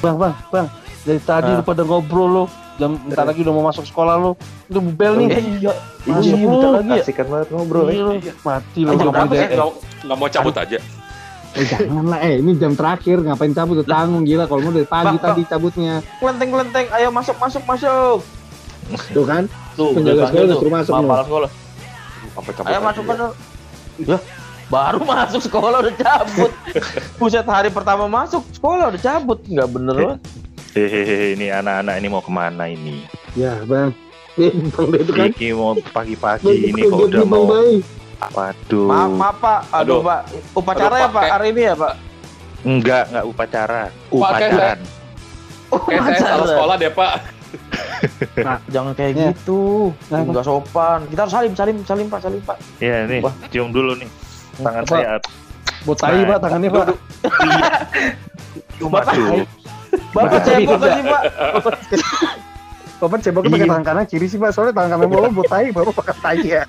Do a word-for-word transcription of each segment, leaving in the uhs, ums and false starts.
Bang, bang, bang. Dari tadi Ah. lu pada ngobrol lo. Jam entar lagi udah mau masuk sekolah lo. Udah bel nih. Iya. Masuk Iya, lu. bentar lagi ya. Asikan banget ngobrol Iya, ya. lo. Mati lo. Jam Nggak berapa boleh sih? D R. Nggak nggak mau cabut aja. Eh jangan lah, eh ini jam terakhir, ngapain cabut, udah tanggung gila. Kalau mau dari pagi Bang, tadi cabutnya. Kelenteng-kelenteng, ayo masuk masuk masuk. Tuh kan, Tuh, penjaga sekolah udah suruh masuk Pak loh. kepala sekolah. Apa cabut Ayo aja masuk ya? kan. Ya, baru masuk sekolah udah cabut. Buset, hari pertama masuk sekolah udah cabut. Enggak bener loh. Hehehe, ini anak-anak ini mau kemana ini? Ya bang, eh, bang Bay itu kan. Iki mau pagi-pagi Bang, ini itu kok dia udah Bang mau. Bay. Waduh. Maaf, maaf Pak. Aduh, Aduh. Pak. Upacara Aduh, ya Pak, Pak kayak- hari ini ya Pak. Enggak, enggak upacara. kayak Upacaran. Kayak saya salah sekolah deh, Pak. Jangan kayak Ya. gitu. Nah, Enggak sopan. Kita harus salim, salim, salim Pak, salim Pak. Ya nih, Wah. cium dulu nih. Tangan Apa? saya. Botai Nah, pak tangannya pak. Waduh. Bapak cebok kan sih Pak? Bapak ceboknya pakai Iya. tangan kanan kiri sih pak. Soalnya tangan kanan bawa botai, bapak pakai tai ya.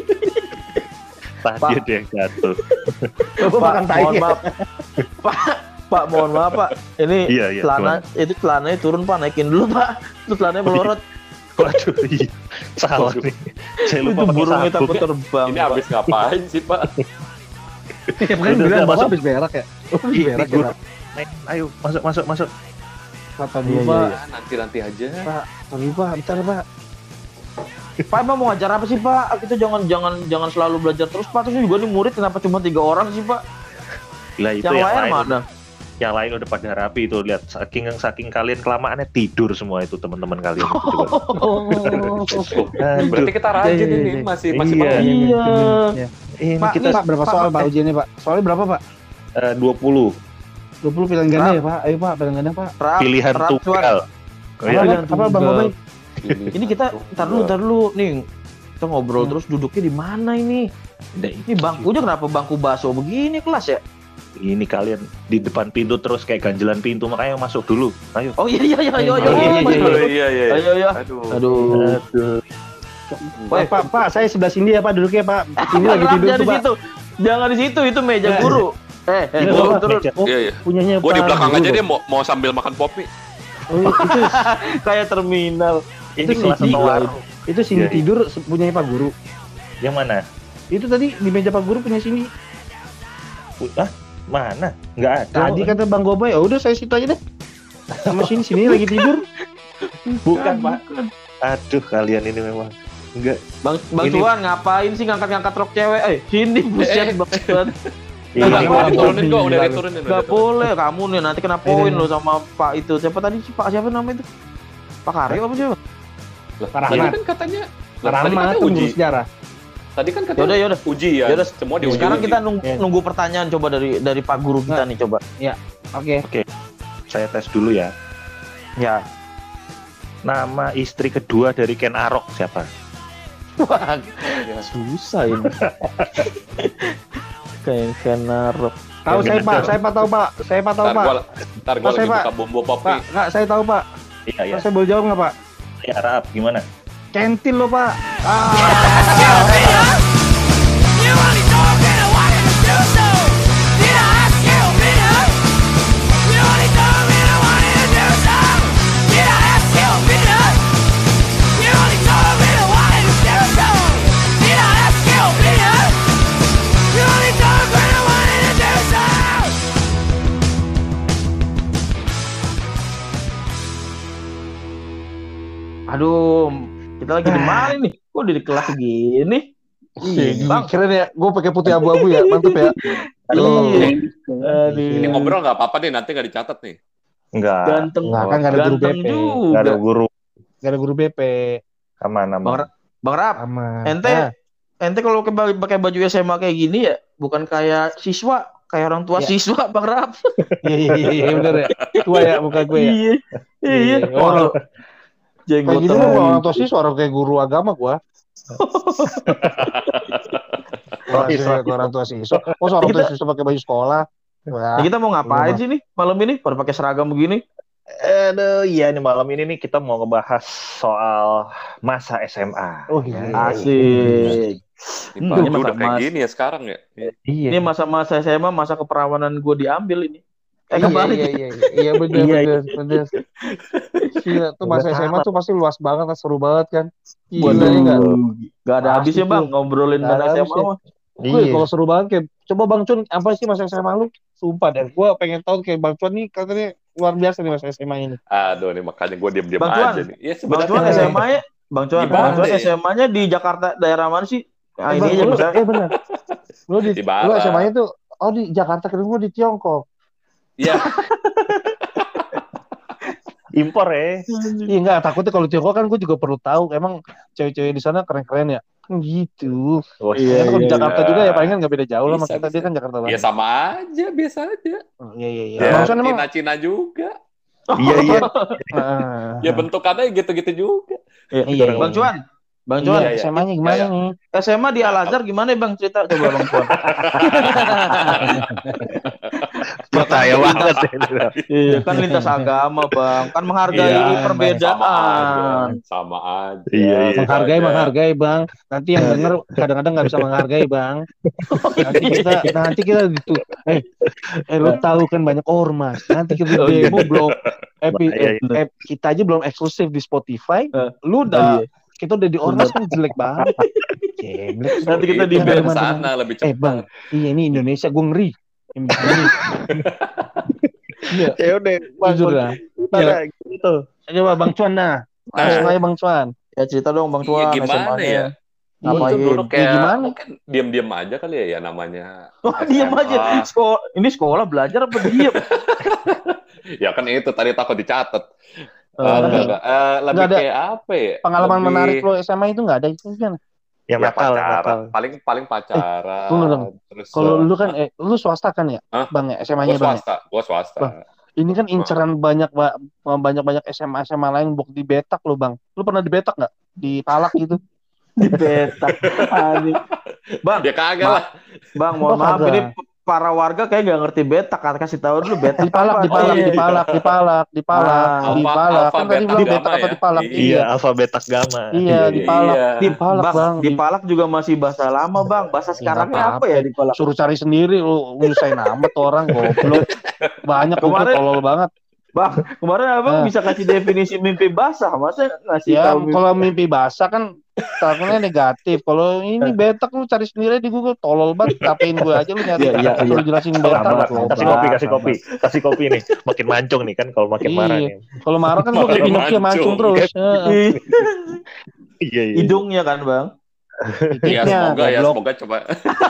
Tadi ada yang jatuh. Bapak Pak, makan tai mohon ya. maaf. Pak, Pak, mohon maaf Pak. Ini Iya, iya, celana itu celananya turun Pak, naikin dulu Pak. Itu celananya melorot. Waduh, iya. Salah nih. Saya Itu lupa pakai burungnya sabuk. takut terbang. Ini Pak. habis ngapain sih, Pak? Ya kan Udah, bilang udah, bapak masuk. habis berak ya. Oh habis Ih, berak ya tidur. pak. Naik, ayo, masuk, masuk, masuk. Pak tadi Iya, pak. iya, Ah, nanti-nanti aja. Pak tadi pak. Bentar pak. Pak emang mau ngajar apa sih Pak? Kita jangan jangan jangan selalu belajar terus Pak. Terus juga nih murid kenapa cuma tiga orang sih Pak? Lah itu Yang, yang, lain lain. mana? Yang lain udah pada rapi itu, lihat saking saking kalian kelamaannya tidur semua itu teman-teman kalian itu coba. Oh. Aduh. Berarti kita rajin Iya, iya, ini, iya. masih masih Iya. bangun. Iya. Ini Pak, kita Pak berapa Pak, soal Pak, pak eh. ujiannya pak? Soalnya berapa pak? eh, dua puluh dua puluh pilihan ganda ya pak? Ayo pak pilihan ganda pak. Rap, pilihan rap, cuan. tunggal. Oh, iya. Apa, Pilihan apa bang tunggal. Babai? Ini kita ntar dulu, ntar dulu nih. Kita ngobrol Hmm. terus duduknya di mana ini? Nah, Ini bangkunya kenapa bangku baso begini kelas ya? ini kalian di depan pintu terus kayak ganjelan pintu, makanya masuk dulu. Ayo. Oh iya iya iya iya iya. Oh, iya, iya, iya, Oh, iya. iya, iya. Ayo ya. Aduh. Aduh. Aduh. Pak, pak, pak, saya sebelah sini ya pak duduknya pak. Ini lagi Rap, tidur jangan tuh di pak. situ. Jangan di situ, itu meja Eh. guru. Eh, eh, Ini turun, apa? turun. Meja. Oh, Iya, iya. punyanya Gue di Pak belakang Guru aja dong. dia mau mau sambil makan kopi. Oh, itu Kayak terminal. Ini Itu kelas sini, atau warung? itu sini Iya, iya. tidur punyanya Pak Guru. Yang mana? Itu tadi di meja Pak Guru punya sini. Ah, mana? Enggak ada. Tadi kata Bang Gobay, oh udah saya situ aja deh. Sama sini sini lagi tidur. Bukan, Pak. Aduh, kalian ini memang enggak. Bang Bang Ini- Tuan ngapain sih ngangkat-ngangkat rok cewek? Eh, sini buset Bang Tuan. Ini Enggak, Ini udah apa? diturunin kok, udah Ini diturunin. udah Gak diturunin. boleh, kamu nih nanti kena poin Ini- lo sama Pak itu. Siapa tadi sih Pak? Siapa namanya itu? Pak Karyo apa siapa? Lah, Pak Tadi Rahmat. kan katanya Lah, Pak tadi Rahmat katanya tuh uji. guru sejarah. Tadi kan Yaudah, katanya yaudah. uji ya. Yaudah, Semua diuji. Sekarang kita nunggu, Iya. nunggu pertanyaan coba dari dari Pak Guru kita nih coba. Oke. saya tes dulu ya. Ya. Nama istri kedua dari Ken Arok siapa? Wah, susah ini. Kayak kenarok. Tahu saya Pak, saya Pak tahu Pak, saya Pak tahu Ntar Pak. gua, ntar gua Pak, saya, lagi Pak. buka bumbu kopi. Pak, Kak, saya tahu Pak. Iya, ya. Pak, saya boleh jawab nggak Pak? Ya, Arab gimana? Kentil loh Pak. You only told me I wanted to do so. Did I ask you, Peter? You only told me I wanted to do so. Did I ask you, Peter? You only told me I wanted to do so. Did I ask you, Peter? You only told me I wanted to do so. Aduh, kita lagi di mana nih? Kok di kelas segini? Iya, Bang. keren ya. Gue pakai putih abu-abu ya, mantep ya. Iya. Ini Aduh. ngobrol nggak apa-apa nih, nanti nggak dicatat nih. Enggak. Ganteng. Nggak, kan nggak ada guru Ganteng B P. juga. Enggak ada guru. Gak ada guru B P. Aman, Bang, aman. Ra- Bang Rap, Aman. ente Ah, ente kalau pakai pakai baju S M A kayak gini ya, bukan kayak siswa, kayak orang tua Iya. siswa, Bang Rap. Iya iya iya iya, bener ya. Tua ya muka gue ya. Iya. Iya. Iya. Oh, kayak Jenggot gitu mah orang tua siswa, orang kayak guru agama gua. Orang Sorry, sorry. kayak orang tua siswa. Oh, orang tua Kita- siswa pakai baju sekolah. Wah. Nah, kita mau ngapain Iya, sih nih malam ini? Pada pakai seragam begini? Aduh, iya nih malam ini nih kita mau ngebahas soal masa S M A. Oh iya. Asik. Ini Hmm, baju ini udah masa kayak mas- gini ya sekarang ya. Iya. Ini masa-masa S M A, masa keperawanan gue diambil ini. Eh kebalik. Iya iya iya, iya bener Iya, bener bener. Gila tuh masa S M A tuh pasti luas banget, seru banget kan. Waduh. Gila ya enggak? Gak ada Pasti habisnya bang tuh. ngobrolin Nggak ada tentang S M A habisnya. mah. Gue Iya. kalau seru banget kayak coba Bang Cun apa sih masa S M A lu? Sumpah deh, gue pengen tahu kayak Bang Cun nih katanya luar biasa nih masa S M A ini. Aduh, nih makanya gue diam-diam Bang Cuan. aja nih. Ya Bang Cuan sebenarnya S M A-nya, Bang Cuan, Gimana Bang Cuan ya? S M A-nya di Jakarta daerah mana sih? Nah, Eh, ini Bang, aja lu, bisa. eh benar. Lu di, Di lu Barat. S M A-nya tuh oh di Jakarta, kira gue di Tiongkok. ya Impor ya. Iya enggak, takutnya kalau Tiongkok kan gue juga perlu tahu emang cewek-cewek di sana keren-keren ya. Kan gitu. Oh, Iya, kalau di iya, Jakarta iya. juga ya palingan nggak beda jauh lah sama Bisa, kita, dia bisa. kan Jakarta ya banget. sama aja, biasa aja. Oh, iya iya iya. Ya, Bang Cun emang Cina-Cina juga. Iya iya. ah, Ya bentukannya gitu-gitu juga. iya, Bang Cuan, Bang Iya, Cuan, iya. S M A-nya gimana Iya, iya. nih? S M A di Al Azhar gimana ya Bang cerita coba Bang Cuan. Percaya banget ya. Iya kan lintas agama Bang, kan menghargai Iya, Sama perbedaan. aja. Sama aja. Iya, iya. Menghargai, Aja. menghargai Bang. Nanti yang denger kadang-kadang nggak bisa menghargai Bang. Nanti kita, nanti kita gitu. Eh, eh lo tahu kan banyak ormas. Nanti kita Oh, iya. demo belum. Epi, Bahaya eh, eh, kita aja belum eksklusif di Spotify. Eh, Lu oh, udah, iya. kita udah di ormas kan jelek banget. Jeblek. Nanti kita Itu di ke ban. sana lebih Eh cepat. Bang, iya ini Indonesia gue ngeri. Ini, ini. Iya, Ya udah, jujur lah. Gimana gitu. Coba Bang Cuan nah. Langsung aja Bang Cuan. Ya cerita dong Bang Iya, Cuan gimana S M A-nya. ya? Gue Ngapain? tuh dulu Ya, kayak gimana? mungkin diam-diam aja kali ya, ya namanya. Oh, diam aja. Sekolah, ini sekolah belajar apa diam? Ya kan itu tadi takut dicatat. Oh, Eh, enggak, enggak. Eh, lebih Nggak ada kayak apa ya? Pengalaman Lebih- menarik lo S M A itu nggak ada itu kan? Ya Ya, nakal, pacaran. nakal. Paling paling pacaran. tunggu dong. Terus Kalau eh, lu kan, eh, lu swasta kan ya, Hah? Bang ya, S M gua A-nya Bang. ya? swasta, gua swasta. Bang. Ini kan inceran banyak ba- banyak banyak S M A S M A lain buat dibetak lo Bang. Lu pernah dibetak nggak? Dipalak gitu? di petak. Anjing. Bang, Ya kagak Ma- lah. Bang, mohon Oh, maaf kagak. ini para warga kayak gak ngerti betak, kan kasih tahu dulu betak. Dipalak, apa. dipalak, Oh, iya. dipalak, dipalak, dipalak, Ah, dipalak. Kan tadi alfa- bilang beta betak apa ya? dipalak? Iya. Iya, alfabet agama. Iya, dipalak. Iya. Dipalak Bang, Bang. dipalak juga masih bahasa lama Bang. Bahasa sekarangnya nggak apa ya dipalak? Suruh cari sendiri lu, nyusahin amat tuh orang goblok. Banyak kumpul Kemarin- tolol banget. Bang, kemarin Abang Ah. bisa kasih definisi mimpi basah, masa ngasih Ya, tahu mimpi- kalau mimpi basah kan takutnya negatif. Kalau ini betak lu cari sendiri di Google, tolol banget. Tapain gue aja lu nyari. Iya, iya, iya. Lu jelasin betak. Sabar, goblok. kasih kopi, kasih kopi, kasih kopi nih. Makin mancung nih kan kalau makin marah Iya. nih. Kalau marah kan gue kayak Makin Pinocchio mancung mancung. terus. Heeh. Iya, iya. hidungnya kan Bang. Ya Titiknya, semoga ya, goblok. semoga coba.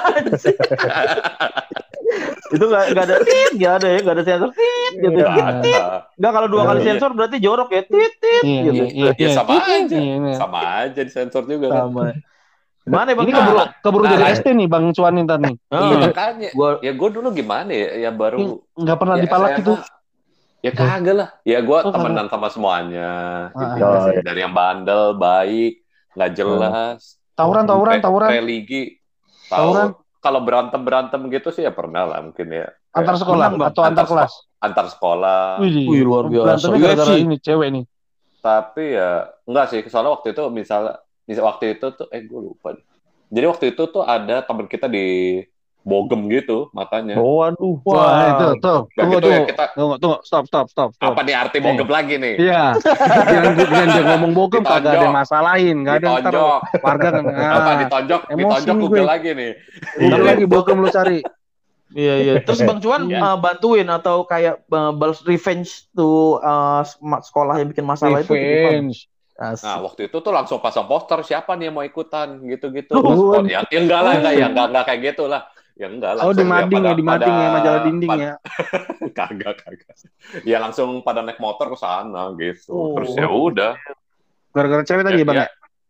Itu nggak nggak ada tit, nggak ada ya, nggak ada sensor tit gitu. Nggak ada. Nggak, kalau dua kali Iya. sensor berarti jorok ya tit tit Iya, gitu. iya, iya. Ya sama aja. Iya, iya. Sama aja disensor juga kan. Sama. Gimana ya Bang? Ini keburu keburu Nah, jadi lah. S T nih Bang Cuan ntar nih. Oh, Iya makanya. Gua- Ya gue dulu gimana ya? Ya baru. Nggak pernah ya dipalak S M A. gitu. Ya kagak lah. Ya gue Oh, temenan sama semuanya. Ah, Gitu. ah. Dari yang bandel, baik, nggak jelas. Tawuran, tawuran, Re- tawuran. Religi. Tawuran. Tahu. Kalau berantem berantem gitu sih ya pernah lah mungkin ya. Antar Kayak- sekolah Menang, Bang. atau antar Antar kelas? Antar sekolah. Wih, Wih, luar biasa. Berantemnya U F C. gara-gara ini cewek nih. Tapi ya enggak sih, soalnya waktu itu misalnya misal waktu itu tuh eh gue lupa deh. Jadi waktu itu tuh ada teman kita di Bogem gitu matanya. Oh, waduh. Wah, itu tuh. Nggak Tunggu, gitu ya, tunggu. kita- Tunggu, tunggu. Stop, stop, stop. stop. Apa nih arti Bogem lagi nih? Iya. Jangan jangan dia ngomong bogem Ditonjok. kagak ada yang masalahin, enggak ada yang ntar Ditonjok. warga kan. Apa ditonjok? emosi Ditonjok nih Google gue. lagi nih. Ntar lagi bogem lu cari. Iya iya. Terus Bang Cuan Iya. uh, bantuin atau kayak uh, balas revenge tuh uh, sma- sekolah yang bikin masalah itu? Revenge. Asik. Nah, waktu itu tuh langsung pasang poster siapa nih yang mau ikutan gitu-gitu. Oh. Oh, ya, ya enggak lah, enggak ya, enggak enggak kayak gitu lah. Ya enggak lah. Oh, di mading ya, di mading ya, majalah dinding ya. Kagak, kagak. Ya langsung pada naik motor ke sana gitu. Oh. Terus ya udah. Gara-gara cewek tadi ya, Bang ya?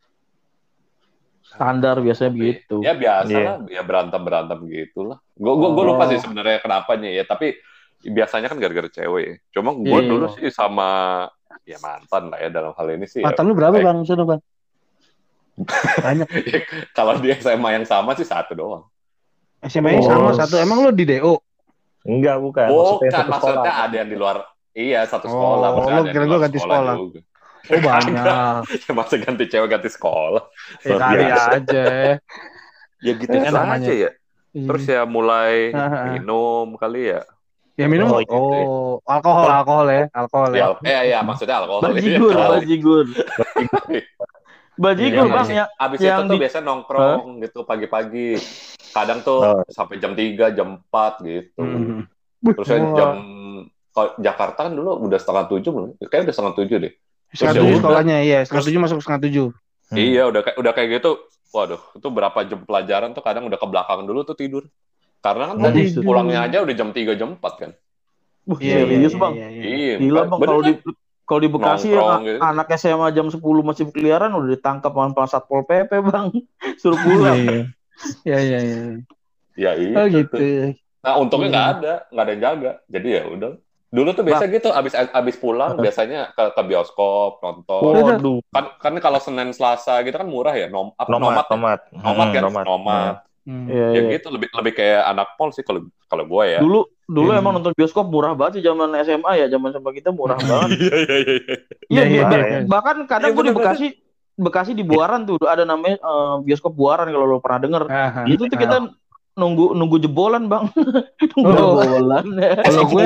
Standar biasanya begitu. Ya biasa Iya. lah, ya berantem-berantem gitu lah. Gue gue gue lupa Oh. sih sebenarnya kenapanya ya, tapi biasanya kan gara-gara cewek. Cuma gue Iya. dulu sih sama ya mantan lah ya dalam hal ini sih. Ya. Mantan lu berapa, Baik. Bang? Sudah, Bang. Banyak. Kalau di S M A yang sama sih satu doang. S M A-nya Oh. sama satu. Emang lu di D O? Enggak, bukan. Bukan, satu maksudnya sekolah. ada yang di luar. Iya, satu Oh, sekolah. Maksudnya lu ada yang kira di gua luar ganti sekolah. juga. Oh, banyak. Ya, masa ganti cewek ganti sekolah. Ya Luar kali biasa. aja. Ya gitu Kan aja namanya. ya. Terus ya mulai Haha. minum kali ya. Ya minum. Oh, Oh, gitu ya. alkohol, alkohol ya, alkohol ya. Ya, eh ya maksudnya alkohol. Bajigur, Iya. bajigur. Bajigur Iya, bang abis, yang abis yang itu tuh di- biasa nongkrong gitu pagi-pagi. Kadang tuh Oh. sampai jam tiga, jam empat gitu. Hmm. Terus saya Wah. jam kalau Jakarta kan dulu udah setengah tujuh belum? Kayaknya udah setengah tujuh deh. Setengah Terus tujuh ya udah. sekolahnya, iya. Setengah Terus- tujuh masuk setengah tujuh. Hmm. Iya, udah kayak udah kayak gitu. Waduh, itu berapa jam pelajaran tuh kadang udah ke belakang dulu tuh tidur. Karena kan Oh, tadi tidur. pulangnya aja udah jam tiga, jam empat kan. Wah, Iya, iya, serius iya, bang. iya, iya. Iya, Gila bang, bener kalau di kan? kalau di Bekasi Nongkrong an- gitu. anak S M A jam sepuluh masih berkeliaran udah ditangkap sama Satpol P P bang. Suruh Iya, pulang. iya. Iya, iya, iya. Ya itu Oh tuh. gitu. Nah, untungnya Iya. nggak ada, nggak ada yang jaga. Jadi ya udah. Dulu tuh biasa gitu, abis abis pulang biasanya ke, ke bioskop nonton. Waduh. Kan kan kalau Senin Selasa gitu kan murah ya, nom apa Nomad, nomad, ya? nomad. nomad Hmm, kan, nomad. nomad. Hmm. Iya, Ya iya. gitu lebih lebih kayak anak mall sih kalau kalau gue ya. Dulu dulu Hmm. emang nonton bioskop murah banget sih zaman S M A ya, zaman S M A kita murah banget. Iya iya iya. Iya, Iya, iya, bah- iya. bahkan kadang Iya, gue di bener-bener. Bekasi Bekasi di Buaran tuh ada namanya eh, bioskop Buaran kalau lo pernah denger. Aha. Itu tuh kita nunggu nunggu jebolan bang. Nunggu Oh. jebolan. Kalau gue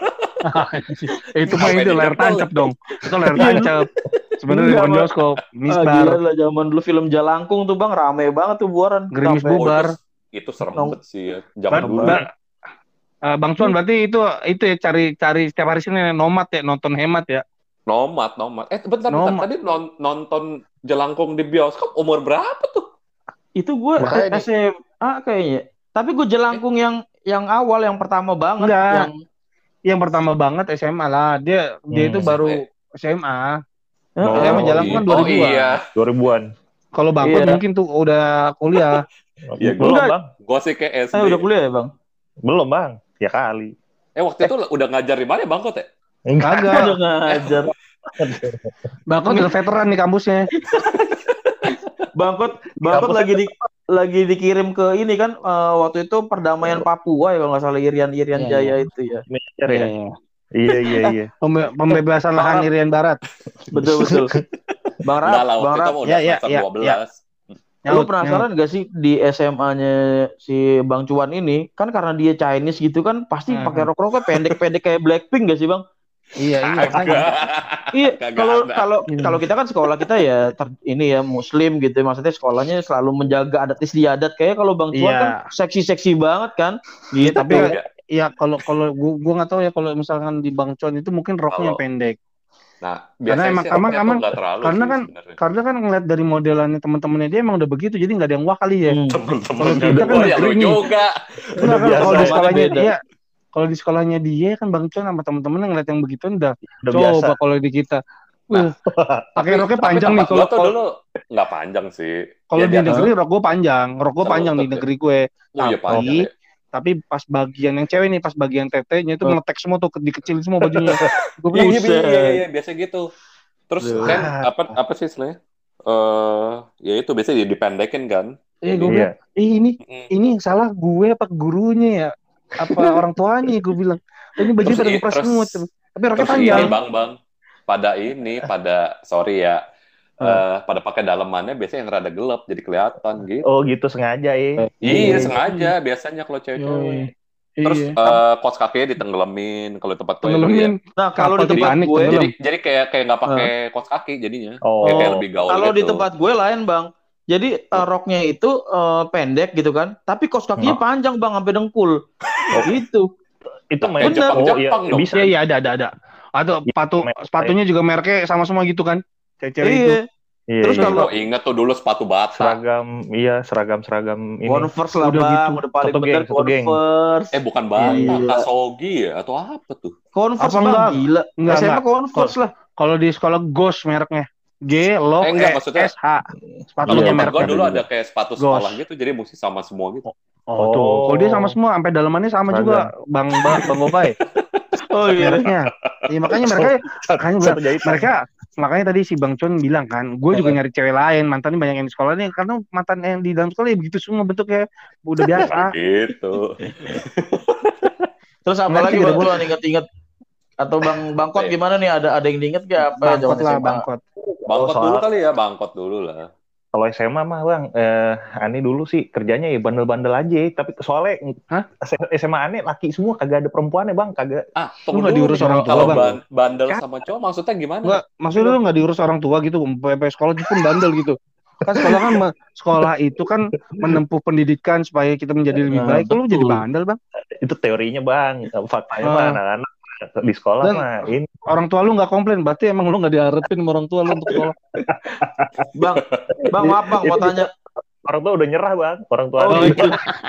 itu mah Sampai itu di layar jebol. tancap dong. Itu layar Iya. tancap. Sebenarnya Enggak, bukan Bang. bioskop, Ah, misbar, gila lah zaman dulu film Jalangkung tuh bang rame banget tuh Buaran. gerimis Sampai- bubar. Oh, itu, itu serem Nong- banget sih ya. Ba- Zaman dulu. ba- eh, Bang Cuan berarti itu itu ya cari cari setiap hari Senin nomad ya, nonton hemat ya. Nomad, nomad. Eh, bentar, bentar. Nomad. Tadi non- nonton Jelangkung di bioskop umur berapa tuh? Itu gue Makanya S M A kayaknya. Tapi gue Jelangkung yang yang awal yang pertama banget Enggak. yang Yang pertama banget S M A lah. Dia dia Hmm, itu S M A. baru S M A. Heeh. Oh, Saya mah jalan kan dua Oh ribuan. iya. dua ribuan. Kalau Bangkot Iya. mungkin tuh udah kuliah. Iya, Belum, Enggak. Bang. Gue sih kayak S D. Saya udah kuliah ya bang. Belum, Bang. Ya kali. Eh, waktu itu udah ngajar di mana ya, Bangkot ya? Enggak. Kagak. Udah ngajar. Bangkot udah veteran nih kampusnya. Bangkot Bangkot Kampus- lagi di lagi dikirim ke ini kan eh, waktu itu perdamaian Papua ya kalau nggak salah Irian Irian Iya, Jaya iya. itu ya. Ngajar ya? Iya, iya, iya. Pembe- Pembebasan lahan Irian Barat. Betul betul. Bang Rap, Enggak lah, Bang waktu itu Rap, mah udah Ya, ya, semester ya, dua belas. lu penasaran gak sih di S M A-nya si Bang Cuan ini kan karena dia Chinese gitu kan pasti Hmm. pakai rok-roknya pendek-pendek kayak Blackpink gak sih Bang? Iya, iya. makanya. Iya, Kagak kalau ada. kalau kalau kita kan sekolah kita ya ter- ini ya Muslim gitu, maksudnya sekolahnya selalu menjaga adat istiadat. Kayak kalau Bang Cuan Iya. kan seksi-seksi banget kan, Iya, gitu. tapi Iya. ya kalau kalau gua gua nggak tahu ya kalau misalkan di Bang Cuan itu mungkin roknya Kalau- pendek. Nah, Karena biasanya emang- sih emang- roknya tuh emang- nggak terlalu karena sih kan- sebenarnya. Karena kan ngeliat dari modelannya teman-temannya dia emang udah begitu, jadi nggak ada yang wah kali ya. Hmm. Temen-temen Kalau kita kan gue ya lu negeri nih. juga. Enggak kan biasa, kalau di emang sekolahnya beda. dia, kalau di sekolahnya dia kan Bang Cuan sama teman-temannya ngeliat yang begitu udah Udah coba biasa. kalau di kita. Wah, pakai roknya Tapi panjang nih tempat kalau gua tuh kalau dulu nggak panjang sih. kalau Ya, di atas- negeri rok gue panjang, rok gue Terus, panjang di terus, negeri gue. Oh iya panjang Tapi ya. tapi pas bagian yang cewek nih, pas bagian tetenya itu ngetek semua tuh, dikecilin semua bajunya. Gue Iya, bilang, iya, Buset. iya, iya, iya, biasa gitu. Terus Buset. kan apa apa sih istilahnya? Eh, ya itu biasanya dipendekin kan. eh gue Iya. bilang, eh ini Mm. ini yang salah gue apa gurunya ya? Apa orang tuanya? Gue bilang, ini bajunya Terus pada i- ngepres terus- semua. Tapi roknya Terus panjang. ini bang bang pada ini pada sorry ya eh, pada pakai dalemannya biasanya yang rada gelap jadi kelihatan gitu. Oh, gitu sengaja ya. Iya sengaja biasanya kalau cewek-cewek. Terus Iya. eh, kaos kakinya ditenggelamin kalau di tempat gue itu ya. Tenggelamin. Nah, kalau di Kapal tempat Titanic, gue, tenggelam. Jadi jadi kayak kayak nggak pakai kaos kaki jadinya. Oh, Kayak, kayak lebih gaul kalau gitu. di tempat gue lain, Bang. Jadi eh, roknya itu eh, pendek gitu kan, tapi kaos kakinya panjang, Bang, sampai dengkul. Gitu. itu Kayak main Jepang-Jepang oh, iya, dong. bisa. Iya, iya ada ada ada. Atau sepatu Merek. sepatunya juga mereknya sama semua gitu kan? Cewek-cewek itu. Iya. Iya, Terus iya. kalau- Gue inget tuh dulu sepatu bata. seragam, iya seragam seragam ini. Converse lah, Udah Bang. gitu. Udah paling Satu bener geng, satu geng. Converse. Eh bukan bata, Iya. Asogi ya atau apa tuh? Converse, Apa Bang. enggak? Gila. Enggak, S M A enggak. Converse lah. Kalau di sekolah Ghost mereknya. G Love Eh, enggak, E maksudnya- S H. Kalau Sepatunya Iya, tempat mereknya. gue dulu ada kayak sepatu Ghost. sekolah gitu, jadi mesti sama semua gitu. Oh, tuh. Kalau dia sama semua sampai dalamannya sama Seragam. juga, Bang Bang Bang Gopay. Oh iya. Mereknya. Iya makanya mereka makanya gua- Satu jahitan. mereka makanya tadi si Bang Chon bilang kan, gue juga nyari cewek lain, mantannya banyak yang di sekolah nih, karena mantan yang di dalam sekolah ya begitu semua bentuknya udah biasa. Gitu. Terus apa Ngerti lagi gitu, Bang Bang. Cuan inget-inget? Atau Bang Bangkot gimana nih? Ada ada yang diinget gak apa Bangkot zaman lah, S M A? bangkot. Bangkot Oh, soal- dulu kali ya, bangkot dulu lah. Kalau S M A mah bang, eh, Ani dulu sih kerjanya ya bandel-bandel aja. Tapi soalnya Hah? S M A Ani laki semua, kagak ada perempuannya bang, kagak. Ah, Lu tunggu nggak dulu diurus nih, orang kalau tua, kalau Bang? ban- bandel sama cowok maksudnya gimana? Enggak, maksudnya lu nggak diurus orang tua gitu, sampai sekolah pun bandel gitu. Kan sekolah kan me- sekolah itu kan menempuh pendidikan supaya kita menjadi lebih Nah, baik. Kok lu jadi betul. bandel, Bang? Itu teorinya bang, faktanya mah Ah. anak-anak di sekolah Dan mah ini. orang tua lu nggak komplain, berarti emang lu nggak diharapin sama orang tua lu untuk sekolah. Bang, bang maaf bang, mau Itu tanya. Orang tua udah nyerah bang, orang tua. Oh Ani. gitu.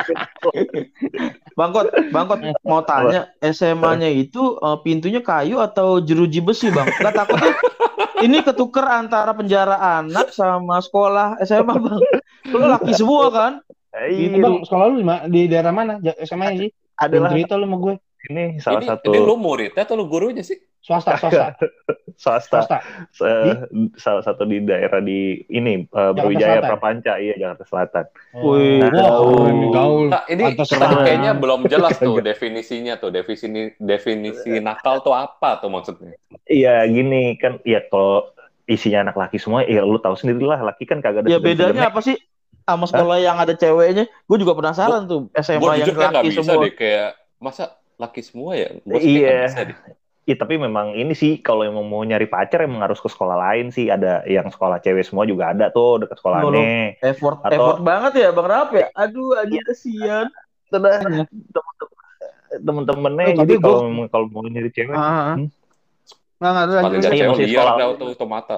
Bangkot, Bangkot mau tanya S M A-nya itu eh, pintunya kayu atau jeruji besi bang? Gak takut tuh? Ini ketuker antara penjara anak sama sekolah S M A bang. Lu laki semua kan? Gitu, Iya, Bang. Sekolah lu di, ma- di daerah mana? Ja- S M A-nya sih? Belum adalah cerita lu sama gue. ini salah Ini, satu ini lu muridnya atau lu gurunya sih? Swasta, swasta. swasta, Swasta. se- salah satu di daerah di ini uh, Brawijaya Selatan. Prapanca, iya Jakarta Selatan. Wih, Wah, gaul. keren nih, gaul. Nah, ini Pantas tadi keren. kayaknya belum jelas tuh definisinya tuh, definisi definisi nakal tuh apa tuh maksudnya? Iya gini kan, ya kalau isinya anak laki semua, ya lu tahu sendiri lah, laki kan kagak ada. Ya segan-segannya. bedanya apa sih sama sekolah yang ada ceweknya? Gue juga penasaran tuh S M Gue A yang jujur kayak nggak laki bisa semua. deh, kayak masa laki semua ya? Gue sih Iya. nggak bisa deh. Iya tapi memang ini sih kalau emang mau nyari pacar emang harus ke sekolah lain sih, ada yang sekolah cewek semua juga ada tuh dekat sekolahnya. Effort, Atau- effort banget ya Bang Rap ya. Aduh, anjing kesian. Sudah temen-temennya Eh, jadi tapi gua- kalau kalau mau nyari cewek, Ah, ah. Hmm. Nggak, nggak, lanjut, Paling lanjut. dari Iya, cewek masih liar sekolah. dah tuh tuh mata.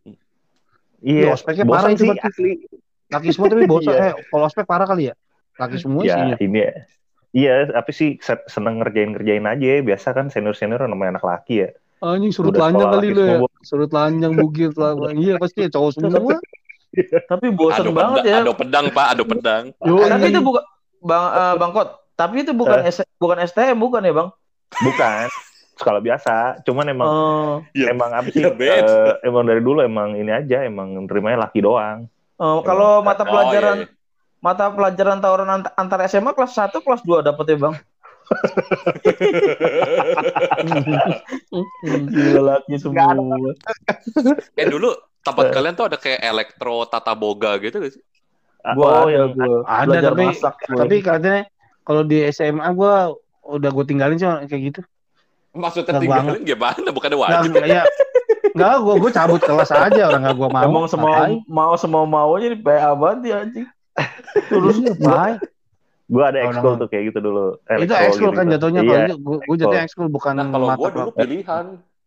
iya Iya, ospeknya parah bosan itu sih berarti. asli. Laki semua tapi bosan. Iya. Eh, kalau ospek parah kali ya? Laki semua Ya sih. ini ya. Iya, tapi sih se- seneng ngerjain-ngerjain aja. Biasa kan senior-senior namanya anak laki ya. Anjing surut Udah lanjang sekolah kali laki lu ya. semua. Surut lanjang bugil lah. Iya pasti ya cowok semua. Tapi bosan Adu banget pedang, ya. adu pedang pak, adu pedang. Yo, Tapi itu bukan Bang eh, Bang Kot. Tapi itu bukan S, bukan S T M bukan ya Bang? Bukan sekolah biasa. Cuman emang Oh, Iya. emang apa sih? Iya, beda. eh, emang dari dulu emang ini aja. Emang nerimanya laki doang. oh, kalau mata Oh, pelajaran iya, iya. mata pelajaran tawuran ant- antar S M A kelas satu kelas dua dapetnya Bang. Gila laki semua. Eh dulu tempat kalian tuh ada kayak elektro tata boga gitu gak sih? Gua oh, ada yang gua. Ada Belajar tapi masak gua. tapi katanya kalau di S M A gua udah gue tinggalin sih kayak gitu. Maksudnya Nggak tinggalin gimana? Bukannya Nggak, wajib? nggak, ya. Nggak, gue gue cabut kelas aja orang nggak gue mau. Emang semau Ngapain? mau semau maunya di P A banget ya anjing. Terus ngapain? gue ada Oh, ekskul no. tuh kayak gitu dulu. Itu Elektro ekskul gitu. kan jatuhnya Iya. kalau itu gue gue jatuhnya ekskul bukan Nah kalau mata gue dulu kuliah. pilihan.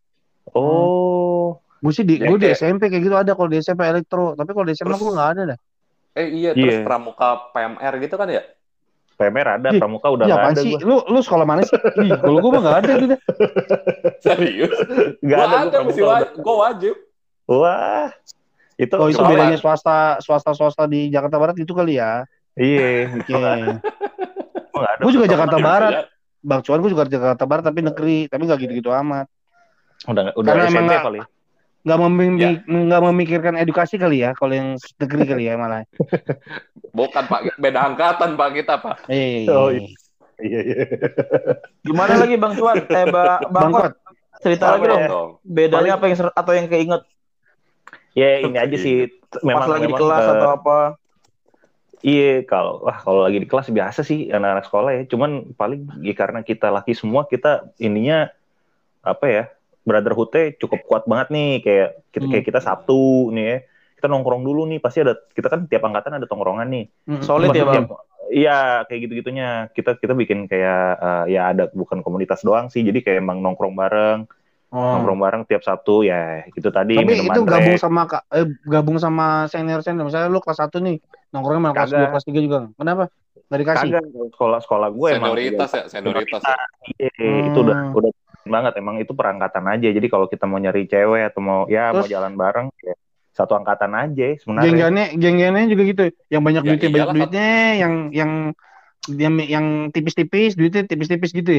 Oh, Gue sih di Ya, gue di kayak- S M P kayak gitu ada kalau di S M P elektro, tapi kalau di S M A Terus- gue nggak ada dah. Eh iya, terus Iya. pramuka P M R gitu kan ya? P M R ada, Ih, pramuka udah Iya nggak apaan ada sih? gue. Lu lu sekolah mana sih? Ih, kalau gue mah nggak ada gitu dah. Serius? Nggak Gue ada, ada, gua mesti pramuka wajib. Gue wajib. Wah, itu Oh itu Soalnya- bedanya swasta swasta swasta di Jakarta Barat itu kali ya. Iya, Oke. nggak ada. Gue juga Jakarta Iya, Barat. iya. Bang Cuan gue juga Jakarta Barat tapi negeri, tapi nggak gitu-gitu amat. Udah udah Karena S M P emang nggak- kali. Nggak memi- Ya. nggak memikirkan edukasi kali ya, kalau yang negeri kali ya malah. Bukan Pak, beda angkatan Pak kita Pak. Eh, Oh, iya. Iya, iya. Gimana lagi Bang Cuan? Eh ba, Bang Kot, Bangkot. cerita lagi dong. dong. Bedanya apa yang ser- atau yang keinget Ya ini aja sih. Memang pas lagi memang, di kelas eh, atau apa? Iya, kalau wah kalau lagi di kelas biasa sih anak-anak sekolah ya. Cuman paling ya karena kita laki semua, kita ininya apa ya? Brotherhood-nya cukup kuat banget nih, kayak kita Hmm. kayak kita Sabtu nih ya. Kita nongkrong dulu nih, pasti ada, kita kan tiap angkatan ada tongkrongan nih. Mm. Solid ya Maksudnya Bang. tiap- Iya, kayak gitu-gitunya. Kita kita bikin kayak eh, ya ada bukan komunitas doang sih. Jadi kayak emang nongkrong bareng, Oh. nongkrong bareng tiap Sabtu ya. Itu tadi Tapi minum itu mantre. gabung sama ka- eh, gabung sama senior senior. Misalnya lu kelas satu nih, nongkrongnya sama kelas Kagak. dua, kelas tiga juga. Kenapa? Nggak dikasih. Kagak, sekolah-sekolah gue emang Senioritas ya, senioritas ya. Iya, itu udah Hmm. udah banget emang itu perangkatan aja. Jadi kalau kita mau nyari cewek atau mau ya mau Terus? jalan bareng ya satu angkatan aja sebenarnya. Geng-gengnya, geng-gengnya juga gitu. Yang banyak Ya, duitnya, banyak iyalah, duitnya, yang yang yang yang tipis-tipis, duitnya tipis-tipis gitu ya.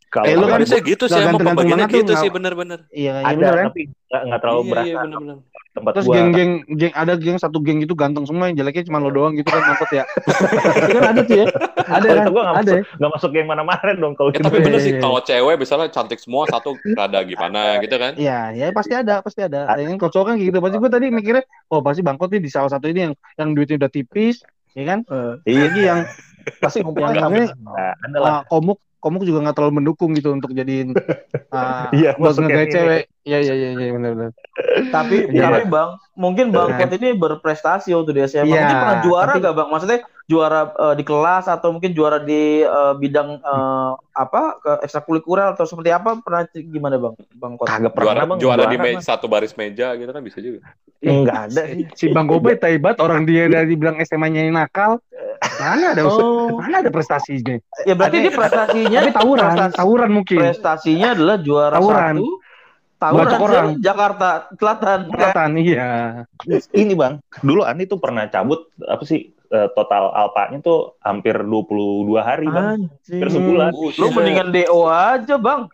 Kalau Eh, lu Tapi kan biasanya gitu sih, nggak emang ganteng-ganteng pembagiannya banget tuh, gitu nggak- sih, bener-bener. Iya, iya ada bener kan? tapi nggak nggak terlalu Iya, berasa iya, bener-bener. di tempat Terus gua. geng-geng geng ada geng satu geng itu ganteng semua, yang jeleknya cuma lo doang gitu kan, mampet ya. Itu kan ada tuh ya. Ada Kalau kan? itu gua nggak Ada. masuk nggak masuk yang mana-mana dong kalau Ya, gitu. tapi bener Iya, sih, iya, kalau cewek misalnya cantik semua, satu rada gimana gitu kan. Iya, ya pasti ada, pasti ada. Yang kalau cowok kan kayak gitu. Pasti gue tadi mikirnya, oh pasti Bangkot nih di salah satu ini yang yang duitnya udah tipis, ya kan? Iya. Lagi yang Pasti yang ngumpulnya namanya nah, ada lah. uh, komuk komuk juga nggak terlalu mendukung gitu untuk jadiin uh, Iya, buat masuk ngegait yang ini. cewek. Iya, iya, iya, iya, benar-benar. Tapi Iya. tapi Bang, mungkin Bangkot ini berprestasi waktu di S M A. Iya, Mungkin pernah juara tapi- gak Bang? Maksudnya juara eh, di kelas atau mungkin juara di eh, bidang eh, apa ke ekstrakurikuler atau seperti apa? Pernah gimana Bang? Bangkot. Kagak Juara, pernah bang. juara di mah. me- satu baris meja gitu kan bisa juga. Enggak ada sih. Si Bang Gobe taibat orang dia dari bilang S M A-nya nakal. Mana ada Oh, mana ada prestasinya? ya berarti ini prestasinya Tapi tawuran, prestasi- tawuran mungkin. prestasinya adalah juara Tawuran. satu tawuran Bacok orang. Jakarta Selatan. Selatan, iya. Ini bang, dulu Andi tuh pernah cabut apa sih eh, total alpanya tuh hampir dua puluh dua hari bang. Hampir sebulan. Lu mendingan D O aja Bang.